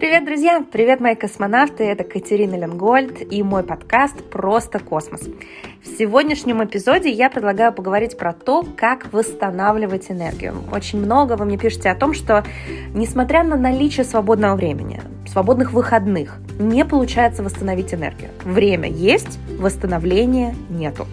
Привет, друзья! Привет, мои космонавты! Это Катерина Ленгольд и мой подкаст «Просто космос». В сегодняшнем эпизоде я предлагаю поговорить про то, как восстанавливать энергию. Очень много вы мне пишете о том, что, несмотря на наличие свободного времени, свободных выходных, не получается восстановить энергию. Время есть, восстановления нету.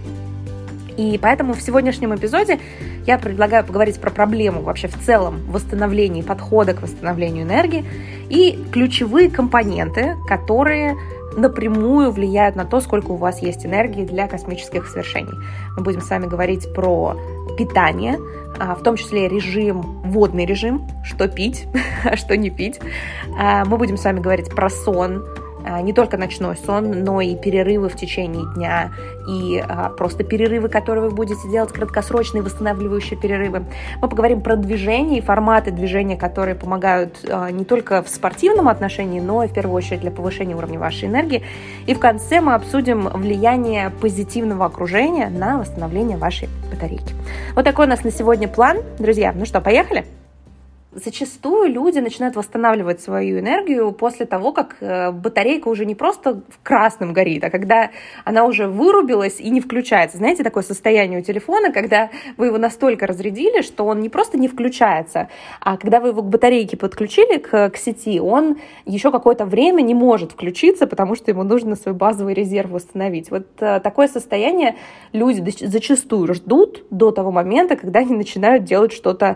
И поэтому в сегодняшнем эпизоде я предлагаю поговорить про проблему вообще в целом восстановления и подхода к восстановлению энергии и ключевые компоненты, которые напрямую влияют на то, сколько у вас есть энергии для космических свершений. Мы будем с вами говорить про питание, в том числе водный режим, что пить, а что не пить. Мы будем с вами говорить про сон, не только ночной сон, но и перерывы в течение дня, и просто перерывы, которые вы будете делать, краткосрочные восстанавливающие перерывы. Мы поговорим про движение и форматы движения, которые помогают не только в спортивном отношении, но и в первую очередь для повышения уровня вашей энергии. И в конце мы обсудим влияние позитивного окружения на восстановление вашей батарейки. Вот такой у нас на сегодня план. Друзья, ну что, поехали? Зачастую люди начинают восстанавливать свою энергию после того, как батарейка уже не просто в красном горит, а когда она уже вырубилась и не включается. Знаете, такое состояние у телефона, когда вы его настолько разрядили, что он не просто не включается, а когда вы его к батарейке подключили, к сети, он еще какое-то время не может включиться, потому что ему нужно свой базовый резерв восстановить. Вот такое состояние люди зачастую ждут до того момента, когда они начинают делать что-то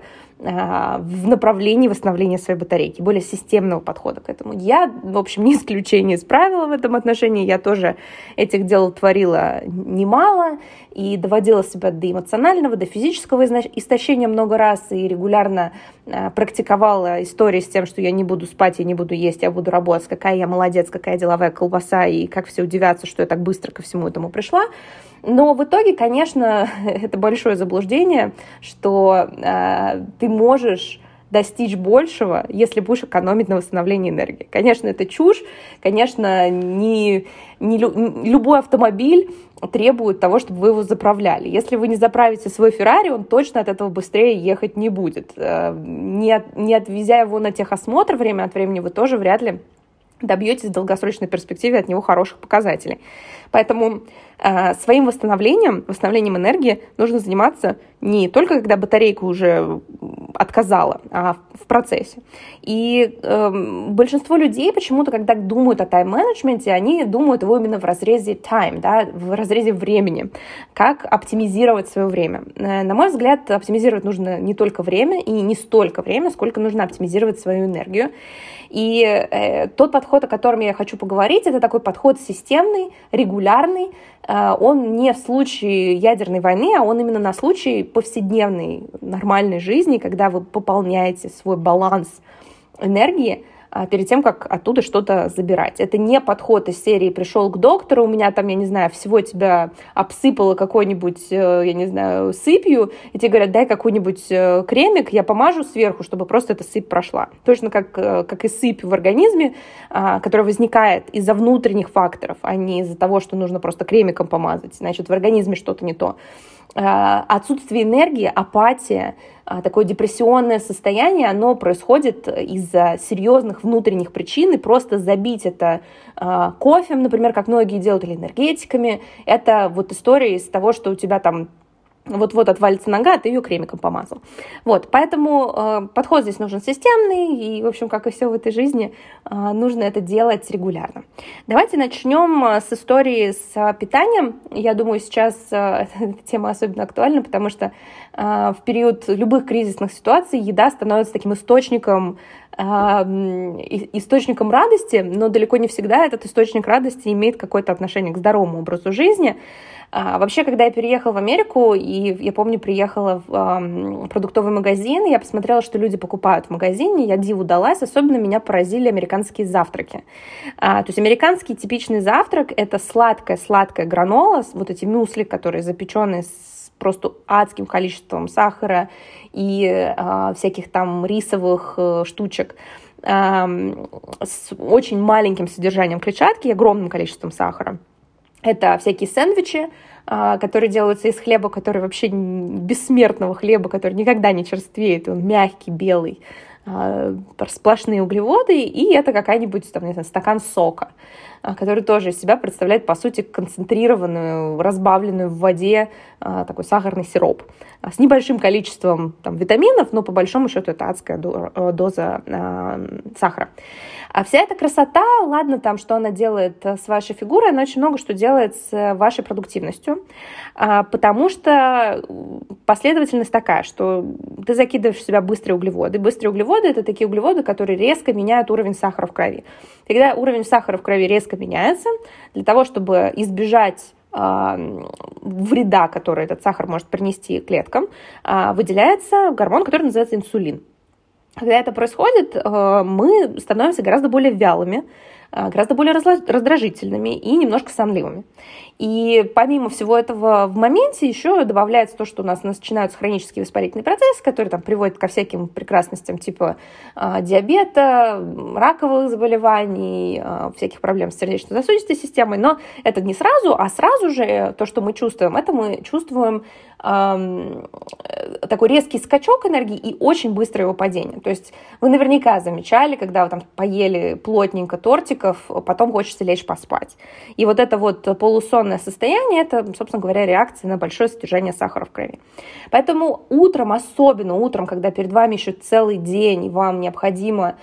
в направлении восстановления своей батарейки, более системного подхода к этому. Я, в общем, не исключение из правил в этом отношении. Я тоже этих дел творила немало и доводила себя до эмоционального, до физического истощения много раз и регулярно практиковала истории с тем, что я не буду спать, я не буду есть, я буду работать, какая я молодец, какая деловая колбаса, и как все удивятся, что я так быстро ко всему этому пришла. Но в итоге, конечно, это большое заблуждение, что ты можешь достичь большего, если будешь экономить на восстановлении энергии. Конечно, это чушь. Конечно, не любой автомобиль требует того, чтобы вы его заправляли. Если вы не заправите свой Феррари, он точно от этого быстрее ехать не будет. Не отвезя его на техосмотр время от времени, вы тоже вряд ли добьетесь в долгосрочной перспективе от него хороших показателей. Поэтому своим восстановлением энергии нужно заниматься не только когда батарейка уже отказала, а в процессе. И большинство людей почему-то, когда думают о тайм-менеджменте, они думают его именно в разрезе time, да, в разрезе времени, как оптимизировать свое время. На мой взгляд, оптимизировать нужно не только время и не столько время, сколько нужно оптимизировать свою энергию. И тот подход, о котором я хочу поговорить, это такой подход системный, регулярный. Он не в случае ядерной войны, а он именно на случай повседневной нормальной жизни, когда вы пополняете свой баланс энергии перед тем, как оттуда что-то забирать. Это не подход из серии «пришел к доктору, у меня там, я не знаю, всего тебя обсыпало какой-нибудь, я не знаю, сыпью», и тебе говорят: «дай какой-нибудь кремик, я помажу сверху, чтобы просто эта сыпь прошла». Точно как и сыпь в организме, которая возникает из-за внутренних факторов, а не из-за того, что нужно просто кремиком помазать. Значит, в организме что-то не то. Отсутствие энергии, апатия, такое депрессионное состояние, оно происходит из-за серьезных внутренних причин, и просто забить это кофем, например, как многие делают, или энергетиками, это вот история из того, что у тебя там вот-вот отвалится нога, а ты ее кремиком помазал. Вот, поэтому подход здесь нужен системный, и, в общем, как и все в этой жизни, нужно это делать регулярно. Давайте начнем с истории с питанием. Я думаю, сейчас эта тема особенно актуальна, потому что в период любых кризисных ситуаций еда становится таким источником радости, но далеко не всегда этот источник радости имеет какое-то отношение к здоровому образу жизни. Вообще, когда я переехала в Америку, и я помню, приехала в продуктовый магазин, я посмотрела, что люди покупают в магазине, я диву далась, особенно меня поразили американские завтраки. То есть американский типичный завтрак – это сладкая гранола, вот эти мюсли, которые запечены с просто адским количеством сахара и всяких там рисовых штучек, с очень маленьким содержанием клетчатки и огромным количеством сахара. Это всякие сэндвичи, которые делаются из хлеба, который вообще бессмертного хлеба, который никогда не черствеет, он мягкий, белый, сплошные углеводы, и это какая-нибудь, там, не знаю, стакан сока, который тоже из себя представляет, по сути, концентрированную, разбавленную в воде такой сахарный сироп с небольшим количеством там, витаминов, но по большому счету это адская доза сахара. А вся эта красота, ладно, там, что она делает с вашей фигурой, она очень много что делает с вашей продуктивностью, потому что последовательность такая, что ты закидываешь в себя быстрые углеводы. Быстрые углеводы – это такие углеводы, которые резко меняют уровень сахара в крови. Когда уровень сахара в крови резко меняется, для того, чтобы избежать вреда, который этот сахар может принести клеткам, выделяется гормон, который называется инсулин. Когда это происходит, мы становимся гораздо более вялыми, гораздо более раздражительными и немножко сонливыми. И помимо всего этого в моменте еще добавляется то, что у нас начинаются хронические воспалительные процессы, которые там приводят ко всяким прекрасностям типа диабета, раковых заболеваний, всяких проблем с сердечно-сосудистой системой. Но это не сразу, а сразу же то, что мы чувствуем, это мы чувствуем такой резкий скачок энергии и очень быстрое его падение. То есть вы наверняка замечали, когда вы там поели плотненько тортиков, потом хочется лечь поспать. И вот это вот полусонное состояние, это, собственно говоря, реакция на большое содержание сахара в крови. Поэтому утром, особенно утром, когда перед вами еще целый день, и вам необходимо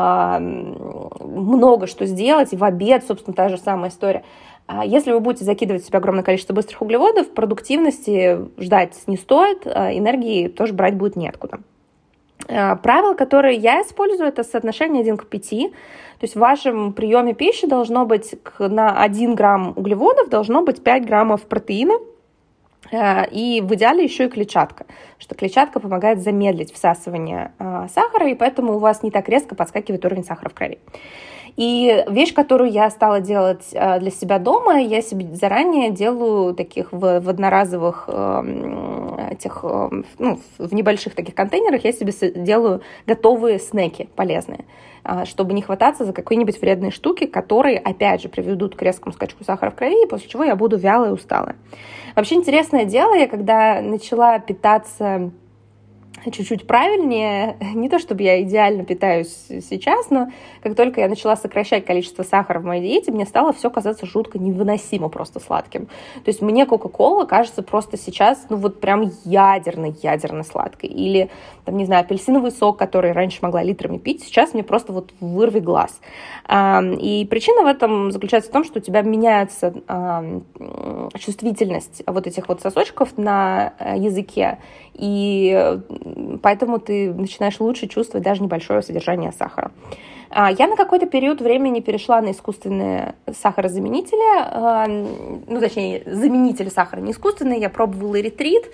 много что сделать, и в обед, собственно, та же самая история. Если вы будете закидывать в себя огромное количество быстрых углеводов, продуктивности ждать не стоит, энергии тоже брать будет неоткуда. Правило, которое я использую, это соотношение 1 к 5. То есть в вашем приеме пищи должно быть на 1 грамм углеводов должно быть 5 граммов протеина, и в идеале еще и клетчатка, что клетчатка помогает замедлить всасывание сахара, и поэтому у вас не так резко подскакивает уровень сахара в крови. И вещь, которую я стала делать для себя дома, я себе заранее делаю таких в одноразовых, в небольших таких контейнерах, я себе делаю готовые снеки полезные, чтобы не хвататься за какие-нибудь вредные штуки, которые, опять же, приведут к резкому скачку сахара в крови, после чего я буду вялая и усталая. Вообще интересное дело, я когда начала питаться чуть-чуть правильнее, не то чтобы я идеально питаюсь сейчас, но как только я начала сокращать количество сахара в моей диете, мне стало все казаться жутко невыносимо просто сладким. То есть мне Кока-Кола кажется просто сейчас, прям ядерно сладкой. Или, не знаю, апельсиновый сок, который раньше могла литрами пить, сейчас мне просто вырви глаз. И причина в этом заключается в том, что у тебя меняется чувствительность вот этих сосочков на языке, и поэтому ты начинаешь лучше чувствовать даже небольшое содержание сахара. Я на какой-то период времени перешла на искусственные сахарозаменители, точнее, заменители сахара не искусственные, я пробовала эритрит,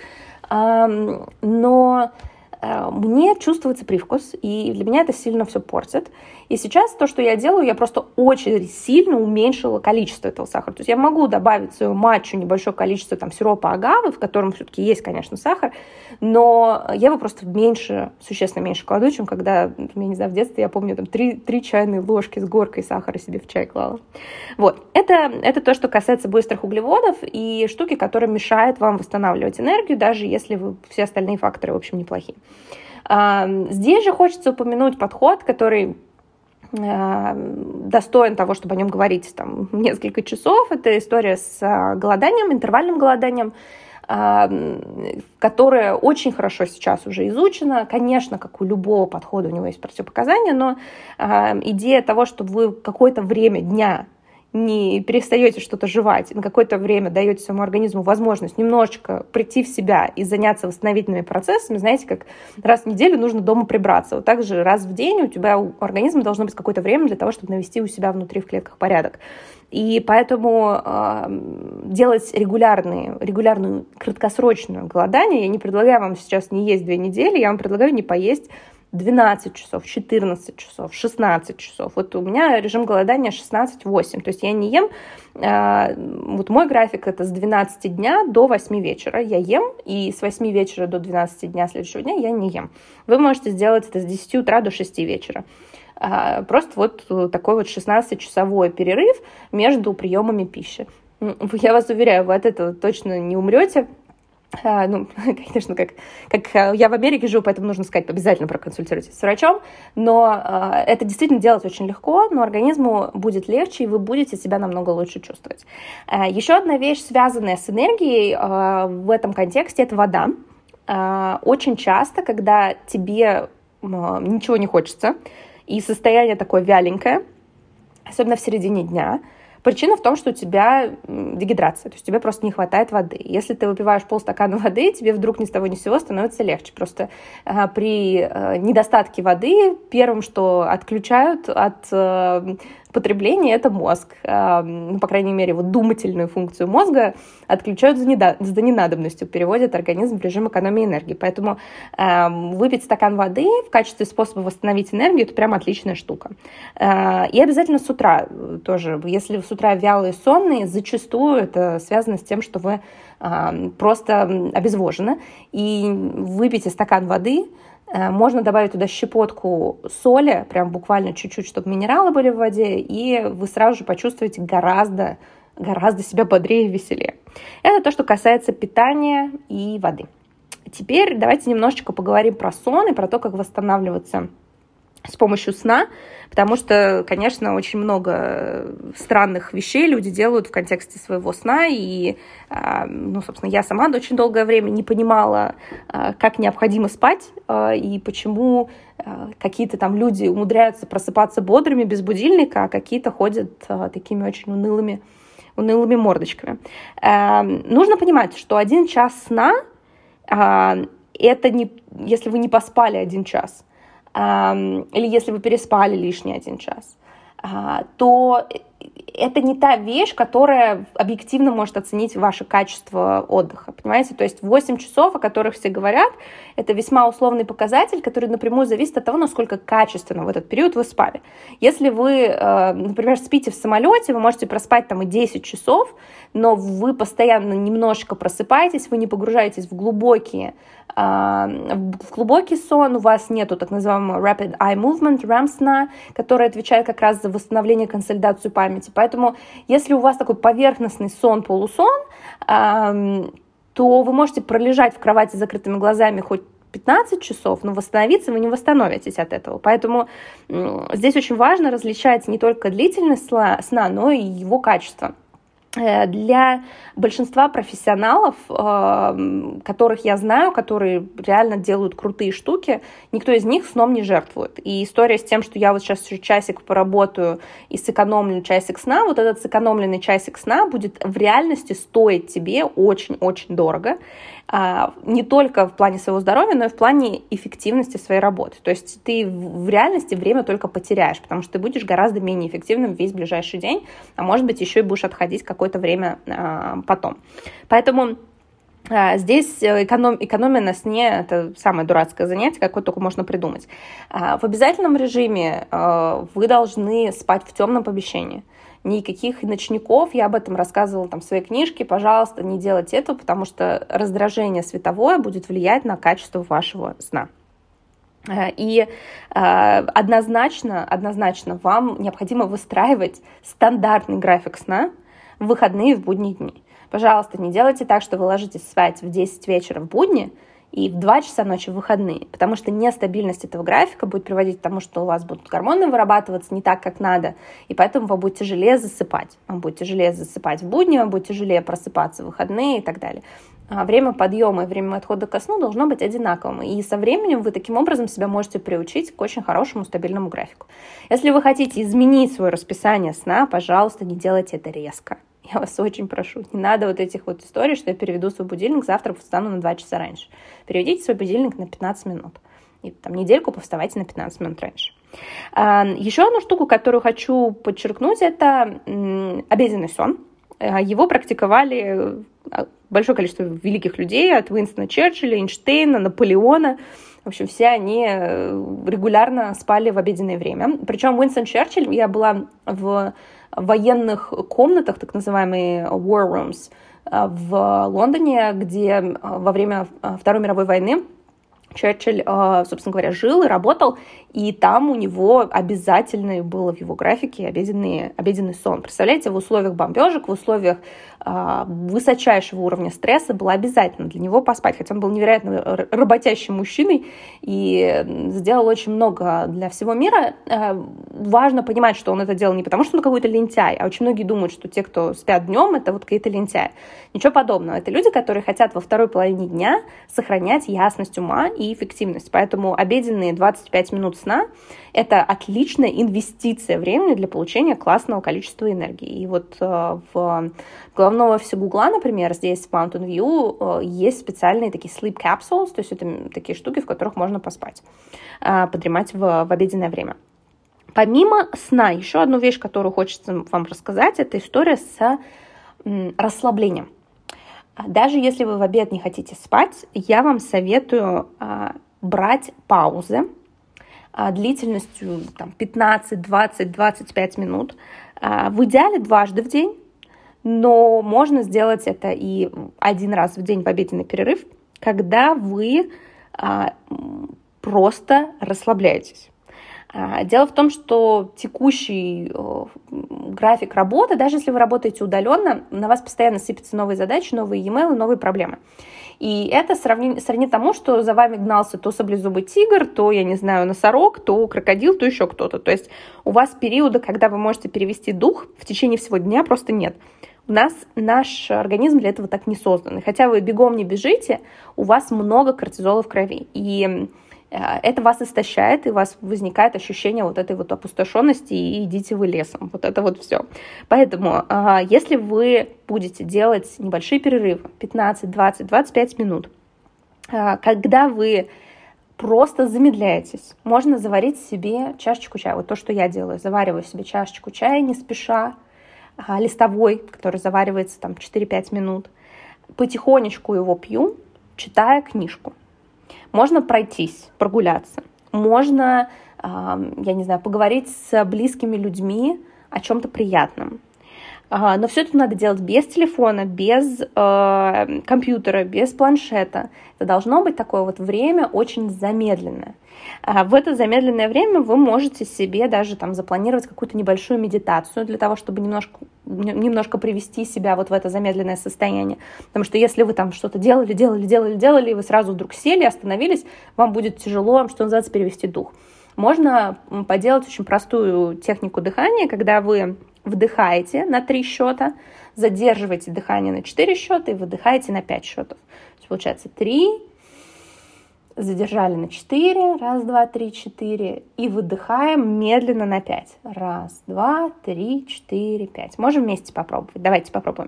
но мне чувствуется привкус, и для меня это сильно все портит. И сейчас то, что я делаю, я просто очень сильно уменьшила количество этого сахара. То есть я могу добавить в свою матчу небольшое количество сиропа агавы, в котором все-таки есть, конечно, сахар, но я его просто существенно меньше кладу, чем когда, я не знаю, в детстве, я помню, 3 чайные ложки с горкой сахара себе в чай клала. Это то, что касается быстрых углеводов и штуки, которые мешают вам восстанавливать энергию, даже если все остальные факторы, в общем, неплохие. Здесь же хочется упомянуть подход, который достоин того, чтобы о нем говорить несколько часов. Это история с голоданием, интервальным голоданием, которая очень хорошо сейчас уже изучена. Конечно, как у любого подхода, у него есть противопоказания, но идея того, что вы какое-то время дня не перестаете что-то жевать, на какое-то время даете своему организму возможность немножечко прийти в себя и заняться восстановительными процессами, знаете, как раз в неделю нужно дома прибраться. Вот так же раз в день у организма должно быть какое-то время для того, чтобы навести у себя внутри в клетках порядок. И поэтому делать регулярную краткосрочную голодание я не предлагаю вам сейчас не есть 2 недели, я вам предлагаю не поесть 12 часов, 14 часов, 16 часов. У меня режим голодания 16-8. То есть я не ем, мой график это с 12 дня до 8 вечера я ем, и с 8 вечера до 12 дня следующего дня я не ем. Вы можете сделать это с 10 утра до 6 вечера. Просто такой 16-часовой перерыв между приемами пищи. Я вас уверяю, вы от этого точно не умрете. Ну, конечно, как я в Америке живу, поэтому нужно сказать, обязательно проконсультируйтесь с врачом, но это действительно делать очень легко, но организму будет легче, и вы будете себя намного лучше чувствовать. Еще одна вещь, связанная с энергией в этом контексте, это вода. Очень часто, когда тебе ничего не хочется, и состояние такое вяленькое, особенно в середине дня, причина в том, что у тебя дегидрация, то есть тебе просто не хватает воды. Если ты выпиваешь полстакана воды, тебе вдруг ни с того ни с сего становится легче. Просто при недостатке воды первым, что отключают от потребления, это мозг. Ну, по крайней мере, вот думательную функцию мозга отключают за ненадобностью, переводят организм в режим экономии энергии. Поэтому выпить стакан воды в качестве способа восстановить энергию – это прям отличная штука. И обязательно с утра тоже. Если с утра вялые, сонные, зачастую это связано с тем, что вы просто обезвожены. И выпейте стакан воды, можно добавить туда щепотку соли, прям буквально чуть-чуть, чтобы минералы были в воде, и вы сразу же почувствуете гораздо себя бодрее и веселее. Это то, что касается питания и воды. Теперь давайте немножечко поговорим про сон и про то, как восстанавливаться с помощью сна, потому что, конечно, очень много странных вещей люди делают в контексте своего сна, и, ну, собственно, я сама очень долгое время не понимала, как необходимо спать, и почему какие-то там люди умудряются просыпаться бодрыми без будильника, а какие-то ходят такими очень унылыми мордочками. Нужно понимать, что 1 час сна это не, если вы не поспали 1 час, или если вы переспали лишний 1 час, то это не та вещь, которая объективно может оценить ваше качество отдыха, понимаете? То есть 8 часов, о которых все говорят, это весьма условный показатель, который напрямую зависит от того, насколько качественно в этот период вы спали. Если вы, например, спите в самолете, вы можете проспать там и 10 часов, но вы постоянно немножко просыпаетесь, вы не погружаетесь в глубокий сон, у вас нету так называемого Rapid Eye Movement, REM сна, который отвечает как раз за восстановление, консолидацию памяти. Поэтому если у вас такой поверхностный сон-полусон, то вы можете пролежать в кровати с закрытыми глазами хоть 15 часов, но восстановиться вы не восстановитесь от этого. Поэтому здесь очень важно различать не только длительность сна, но и его качество. Для большинства профессионалов, которых я знаю, которые реально делают крутые штуки, никто из них сном не жертвует. И история с тем, что я вот сейчас еще часик поработаю и сэкономлю часик сна, вот этот сэкономленный часик сна будет в реальности стоить тебе очень-очень дорого. Не только в плане своего здоровья, но и в плане эффективности своей работы. То есть ты в реальности время только потеряешь, потому что ты будешь гораздо менее эффективным весь ближайший день, а может быть еще и будешь отходить какое-то время потом. Поэтому здесь экономия на сне – это самое дурацкое занятие, какое только можно придумать. В обязательном режиме вы должны спать в темном помещении. Никаких ночников, я об этом рассказывала там в своей книжке, пожалуйста, не делайте этого, потому что раздражение световое будет влиять на качество вашего сна. И однозначно вам необходимо выстраивать стандартный график сна в выходные и в будние дни. Пожалуйста, не делайте так, что вы ложитесь спать в 10 вечера в будни и в 2 часа ночи в выходные, потому что нестабильность этого графика будет приводить к тому, что у вас будут гормоны вырабатываться не так, как надо, и поэтому вам будет тяжелее засыпать. Вам будет тяжелее засыпать в будни, вам будет тяжелее просыпаться в выходные и так далее. Время подъема и время отхода ко сну должно быть одинаковым, и со временем вы таким образом себя можете приучить к очень хорошему стабильному графику. Если вы хотите изменить свое расписание сна, пожалуйста, не делайте это резко. Я вас очень прошу, не надо вот этих вот историй, что я переведу свой будильник, завтра встану на 2 часа раньше. Переведите свой будильник на 15 минут. И там недельку повставайте на 15 минут раньше. Еще одну штуку, которую хочу подчеркнуть, это обеденный сон. Его практиковали большое количество великих людей, от Уинстона Черчилля, Эйнштейна, Наполеона. В общем, все они регулярно спали в обеденное время. Причем Уинстон Черчилль, я была в военных комнатах, так называемые war rooms, в Лондоне, где во время Второй мировой войны Черчилль, собственно говоря, жил и работал, и там у него обязательно было в его графике обеденный сон. Представляете, в условиях бомбежек, в условиях высочайшего уровня стресса было обязательно для него поспать, хотя он был невероятно работящим мужчиной и сделал очень много для всего мира. Важно понимать, что он это делал не потому, что он какой-то лентяй, а очень многие думают, что те, кто спят днем, это вот какие-то лентяи. Ничего подобного. Это люди, которые хотят во второй половине дня сохранять ясность ума и эффективность. Поэтому обеденные 25 минут сна – это отличная инвестиция времени для получения классного количества энергии. И вот в головном офисе Гугла, например, здесь в Mountain View есть специальные такие sleep capsules, то есть это такие штуки, в которых можно поспать, подремать в обеденное время. Помимо сна, еще одну вещь, которую хочется вам рассказать, это история с расслаблением. Даже если вы в обед не хотите спать, я вам советую брать паузы длительностью 15, 20, 25 минут. В идеале дважды в день, но можно сделать это и один раз в день в обеденный перерыв, когда вы просто расслабляетесь. Дело в том, что текущий график работы, даже если вы работаете удаленно, на вас постоянно сыпятся новые задачи, новые e-mail, новые проблемы. И это сродни тому, что за вами гнался то саблезубый тигр, то, я не знаю, носорог, то крокодил, то еще кто-то. То есть у вас периода, когда вы можете перевести дух, в течение всего дня просто нет. Наш организм для этого так не создан. И хотя вы бегом не бежите, у вас много кортизола в крови. И это вас истощает, и у вас возникает ощущение вот этой вот опустошенности, и идите вы лесом. Вот это вот все. Поэтому, если вы будете делать небольшие перерывы, 15, 20, 25 минут, когда вы просто замедляетесь, можно заварить себе чашечку чая. Вот то, что я делаю. Завариваю себе чашечку чая не спеша, листовой, который заваривается 4-5 минут. Потихонечку его пью, читая книжку. Можно пройтись, прогуляться. Можно, поговорить с близкими людьми о чем-то приятном. Но все это надо делать без телефона, без компьютера, без планшета. Это должно быть такое вот время очень замедленное. В это замедленное время вы можете себе даже запланировать какую-то небольшую медитацию для того, чтобы немножко привести себя вот в это замедленное состояние. Потому что если вы что-то делали, и вы сразу вдруг сели, остановились, вам будет тяжело, что называется, перевести дух. Можно поделать очень простую технику дыхания, когда вы вдыхаете на 3 счета, задерживаете дыхание на 4 счета и выдыхаете на 5 счетов. То есть получается 3, задержали на 4, 1, 2, 3, 4, и выдыхаем медленно на 5. 1, 2, 3, 4, 5. Можем вместе попробовать. Давайте попробуем.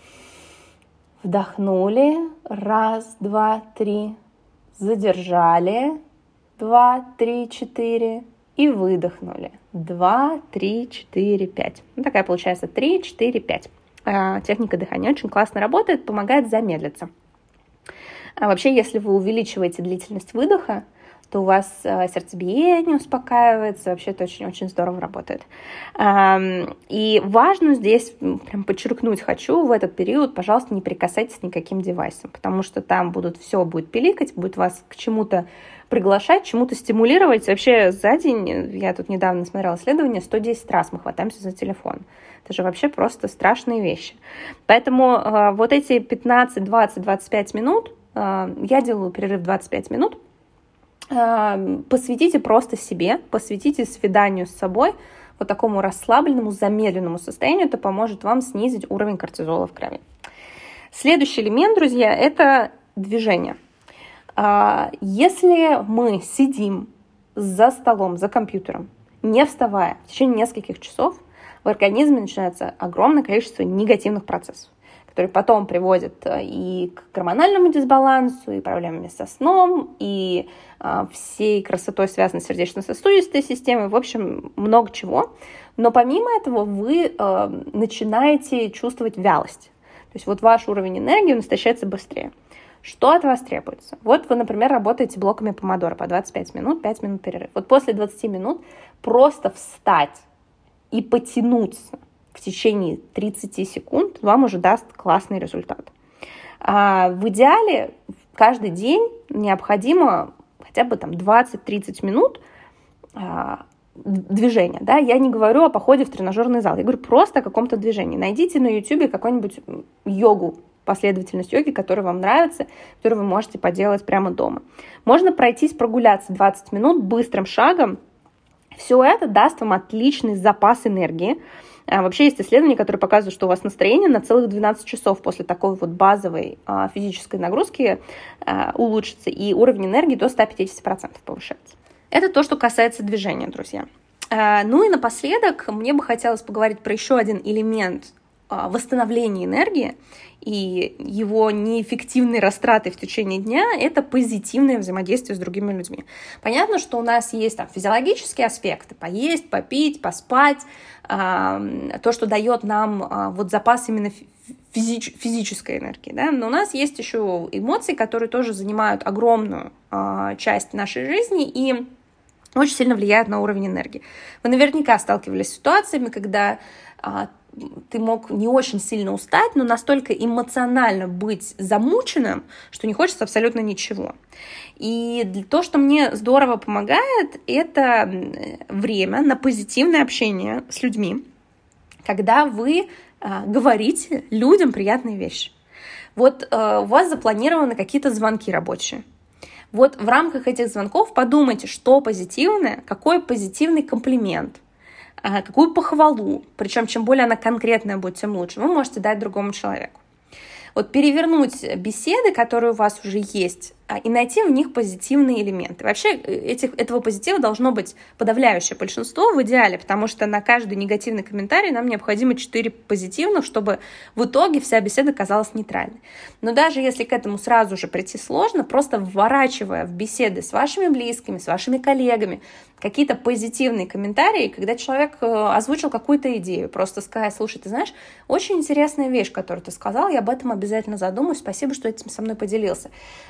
Вдохнули. 1, 2, 3. Задержали. 2, 3, 4. И выдохнули. 2, 3, 4, 5. Такая получается 3, 4, 5. Техника дыхания очень классно работает, помогает замедлиться. Вообще, если вы увеличиваете длительность выдоха, то у вас сердцебиение успокаивается, вообще это очень-очень здорово работает. И важно здесь, прям подчеркнуть хочу, в этот период, пожалуйста, не прикасайтесь к никаким девайсам, потому что там все будет пиликать, будет вас к чему-то приглашать, чему-то стимулировать. Вообще за день, я тут недавно смотрела исследование, 110 раз мы хватаемся за телефон. Это же вообще просто страшные вещи. Поэтому вот эти 15, 20, 25 минут, я делаю перерыв 25 минут, посвятите просто себе, посвятите свиданию с собой, вот такому расслабленному, замедленному состоянию. Это поможет вам снизить уровень кортизола в крови. Следующий элемент, друзья, это движение. Если мы сидим за столом, за компьютером, не вставая в течение нескольких часов, в организме начинается огромное количество негативных процессов, которые потом приводят и к гормональному дисбалансу, и проблемами со сном, и всей красотой, связанной с сердечно-сосудистой системой, в общем, много чего. Но помимо этого вы начинаете чувствовать вялость. То есть вот ваш уровень энергии истощается быстрее. Что от вас требуется? Вот вы, например, работаете блоками помодоро по 25 минут, 5 минут перерыв. Вот после 20 минут просто встать и потянуться в течение 30 секунд вам уже даст классный результат. В идеале каждый день необходимо хотя бы там 20-30 минут движения, да, я не говорю о походе в тренажерный зал, я говорю просто о каком-то движении. Найдите на YouTube какую-нибудь йогу, последовательность йоги, которая вам нравится, которую вы можете поделать прямо дома. Можно пройтись, прогуляться 20 минут быстрым шагом. Все это даст вам отличный запас энергии. Вообще есть исследования, которые показывают, что у вас настроение на целых 12 часов после такой вот базовой физической нагрузки улучшится, и уровень энергии до 150% повышается. Это то, что касается движения, друзья. Ну и напоследок мне бы хотелось поговорить про еще один элемент восстановления энергии и его неэффективной растраты в течение дня — это позитивное взаимодействие с другими людьми. Понятно, что у нас есть там физиологические аспекты: поесть, попить, поспать, то, что дает нам вот запас именно физической энергии, да? Но у нас есть еще эмоции, которые тоже занимают огромную часть нашей жизни и очень сильно влияют на уровень энергии. Вы наверняка сталкивались с ситуациями, когда ты мог не очень сильно устать, но настолько эмоционально быть замученным, что не хочется абсолютно ничего. И то, что мне здорово помогает, это время на позитивное общение с людьми, когда вы говорите людям приятные вещи. Вот у вас запланированы какие-то звонки рабочие. Вот в рамках этих звонков подумайте, что позитивное, какой позитивный комплимент, какую похвалу, причем чем более она конкретная будет, тем лучше, вы можете дать другому человеку. Вот перевернуть беседы, которые у вас уже есть, и найти в них позитивные элементы. Вообще этого позитива должно быть подавляющее большинство в идеале, потому что на каждый негативный комментарий нам необходимо 4 позитивных, чтобы в итоге вся беседа казалась нейтральной. Но даже если к этому сразу же прийти сложно, просто вворачивая в беседы с вашими близкими, с вашими коллегами какие-то позитивные комментарии, когда человек озвучил какую-то идею, просто сказать: слушай, ты знаешь, очень интересная вещь, которую ты сказал, я об этом обязательно задумаюсь, спасибо, что этим со мной поделился.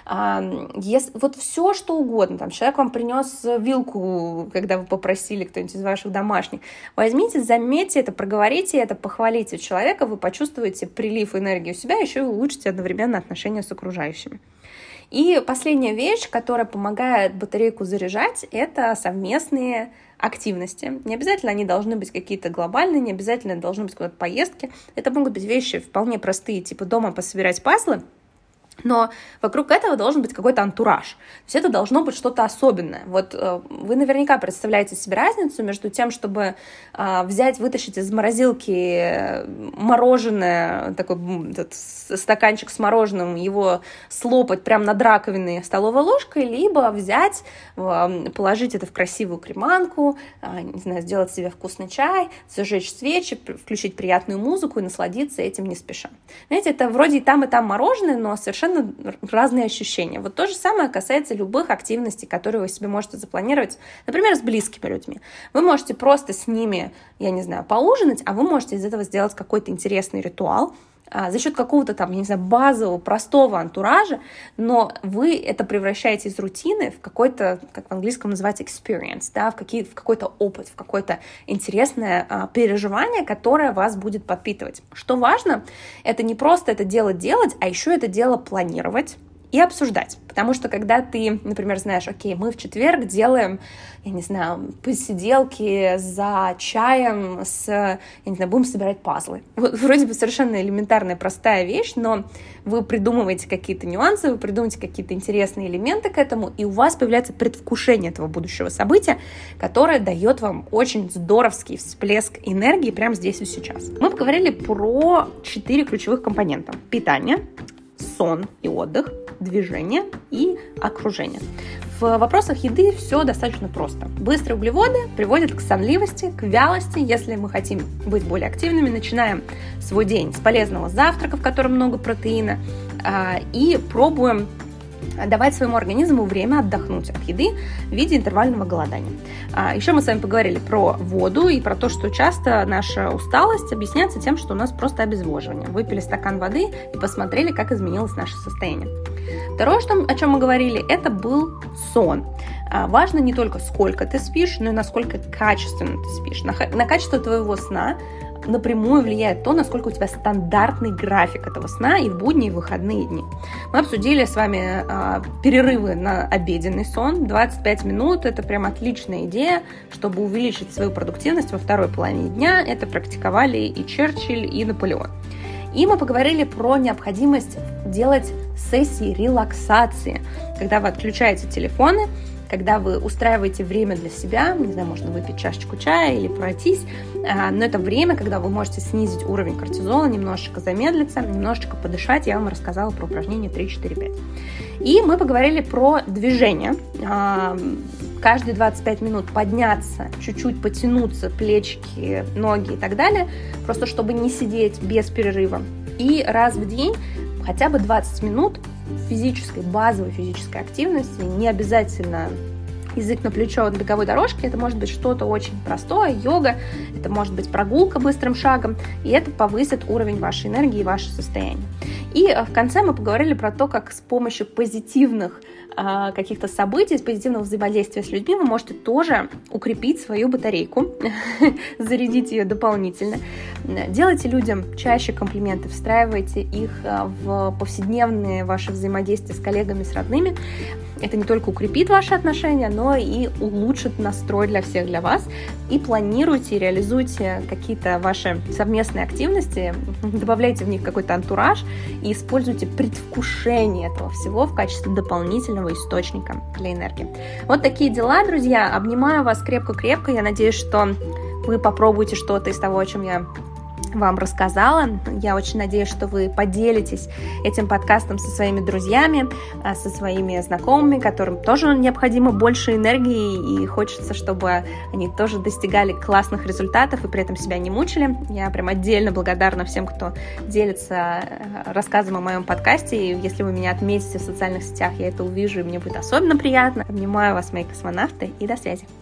Вот все, что угодно, там, человек вам принес вилку, когда вы попросили, кто-нибудь из ваших домашних, возьмите, заметьте это, проговорите это, похвалите человека, вы почувствуете прилив энергии у себя, еще и улучшите одновременно отношения с окружающими. И последняя вещь, которая помогает батарейку заряжать, это совместные активности. Не обязательно они должны быть какие-то глобальные, не обязательно должны быть куда-то поездки. Это могут быть вещи вполне простые, типа дома пособирать пазлы, но вокруг этого должен быть какой-то антураж. То есть это должно быть что-то особенное. Вот вы наверняка представляете себе разницу между тем, чтобы вытащить из морозилки мороженое, такой стаканчик с мороженым, его слопать прямо над раковиной столовой ложкой, либо взять, положить это в красивую креманку, не знаю, сделать себе вкусный чай, зажечь свечи, включить приятную музыку и насладиться этим не спеша. Знаете, это вроде и там мороженое, но совершенно разные ощущения. Вот то же самое касается любых активностей, которые вы себе можете запланировать, например, с близкими людьми. Вы можете просто с ними, я не знаю, поужинать, а вы можете из этого сделать какой-то интересный ритуал за счет какого-то там, я не знаю, базового, простого антуража, но вы это превращаете из рутины в какой-то, как в английском называется, experience, да, в какой-то опыт, в какое-то интересное переживание, которое вас будет подпитывать. Что важно, это не просто это дело делать, а еще это дело планировать и обсуждать. Потому что когда ты, например, знаешь, окей, мы в четверг делаем, я не знаю, посиделки за чаем, я не знаю, будем собирать пазлы. Вроде бы совершенно элементарная, простая вещь, но вы придумываете какие-то нюансы, вы придумываете какие-то интересные элементы к этому, и у вас появляется предвкушение этого будущего события, которое дает вам очень здоровский всплеск энергии прямо здесь и сейчас. Мы поговорили про 4 ключевых компонента: питание, сон и отдых, движение и окружение. В вопросах еды все достаточно просто. Быстрые углеводы приводят к сонливости, к вялости. Если мы хотим быть более активными, начинаем свой день с полезного завтрака, в котором много протеина, и пробуем давать своему организму время отдохнуть от еды в виде интервального голодания. Еще мы с вами поговорили про воду и про то, что часто наша усталость объясняется тем, что у нас просто обезвоживание. Выпили стакан воды и посмотрели, как изменилось наше состояние. Второе, о чем мы говорили, это был сон. Важно не только сколько ты спишь, но и насколько качественно ты спишь. На качество твоего сна напрямую влияет то, насколько у тебя стандартный график этого сна и в будние, и в выходные дни. Мы обсудили с вами перерывы на обеденный сон. 25 минут – это прям отличная идея, чтобы увеличить свою продуктивность во второй половине дня. Это практиковали и Черчилль, и Наполеон. И мы поговорили про необходимость делать сессии релаксации, когда вы отключаете телефоны, когда вы устраиваете время для себя, не знаю, можно выпить чашечку чая или пройтись, но это время, когда вы можете снизить уровень кортизола, немножечко замедлиться, немножечко подышать. Я вам рассказала про упражнение 3-4-5. И мы поговорили про движение. Каждые 25 минут подняться, чуть-чуть потянуться, плечики, ноги и так далее, просто чтобы не сидеть без перерыва. И раз в день хотя бы 20 минут базовой физической активности, не обязательно язык на плечо на беговой дорожке, это может быть что-то очень простое, йога, это может быть прогулка быстрым шагом, и это повысит уровень вашей энергии и ваше состояние. И в конце мы поговорили про то, как с помощью позитивных каких-то событий, с позитивного взаимодействия с людьми вы можете тоже укрепить свою батарейку, зарядить ее дополнительно. Делайте людям чаще комплименты, встраивайте их в повседневные ваши взаимодействия с коллегами, с родными. Это не только укрепит ваши отношения, но и улучшит настрой для всех, для вас. И планируйте и реализуйте какие-то ваши совместные активности, добавляйте в них какой-то антураж и используйте предвкушение этого всего в качестве дополнительного источника для энергии. Вот такие дела, друзья. Обнимаю вас крепко-крепко. Я надеюсь, что вы попробуете что-то из того, о чем я вам рассказала. Я очень надеюсь, что вы поделитесь этим подкастом со своими друзьями, со своими знакомыми, которым тоже необходимо больше энергии и хочется, чтобы они тоже достигали классных результатов и при этом себя не мучили. Я прям отдельно благодарна всем, кто делится рассказом о моем подкасте. И если вы меня отметите в социальных сетях, я это увижу, и мне будет особенно приятно. Обнимаю вас, мои космонавты, и до связи.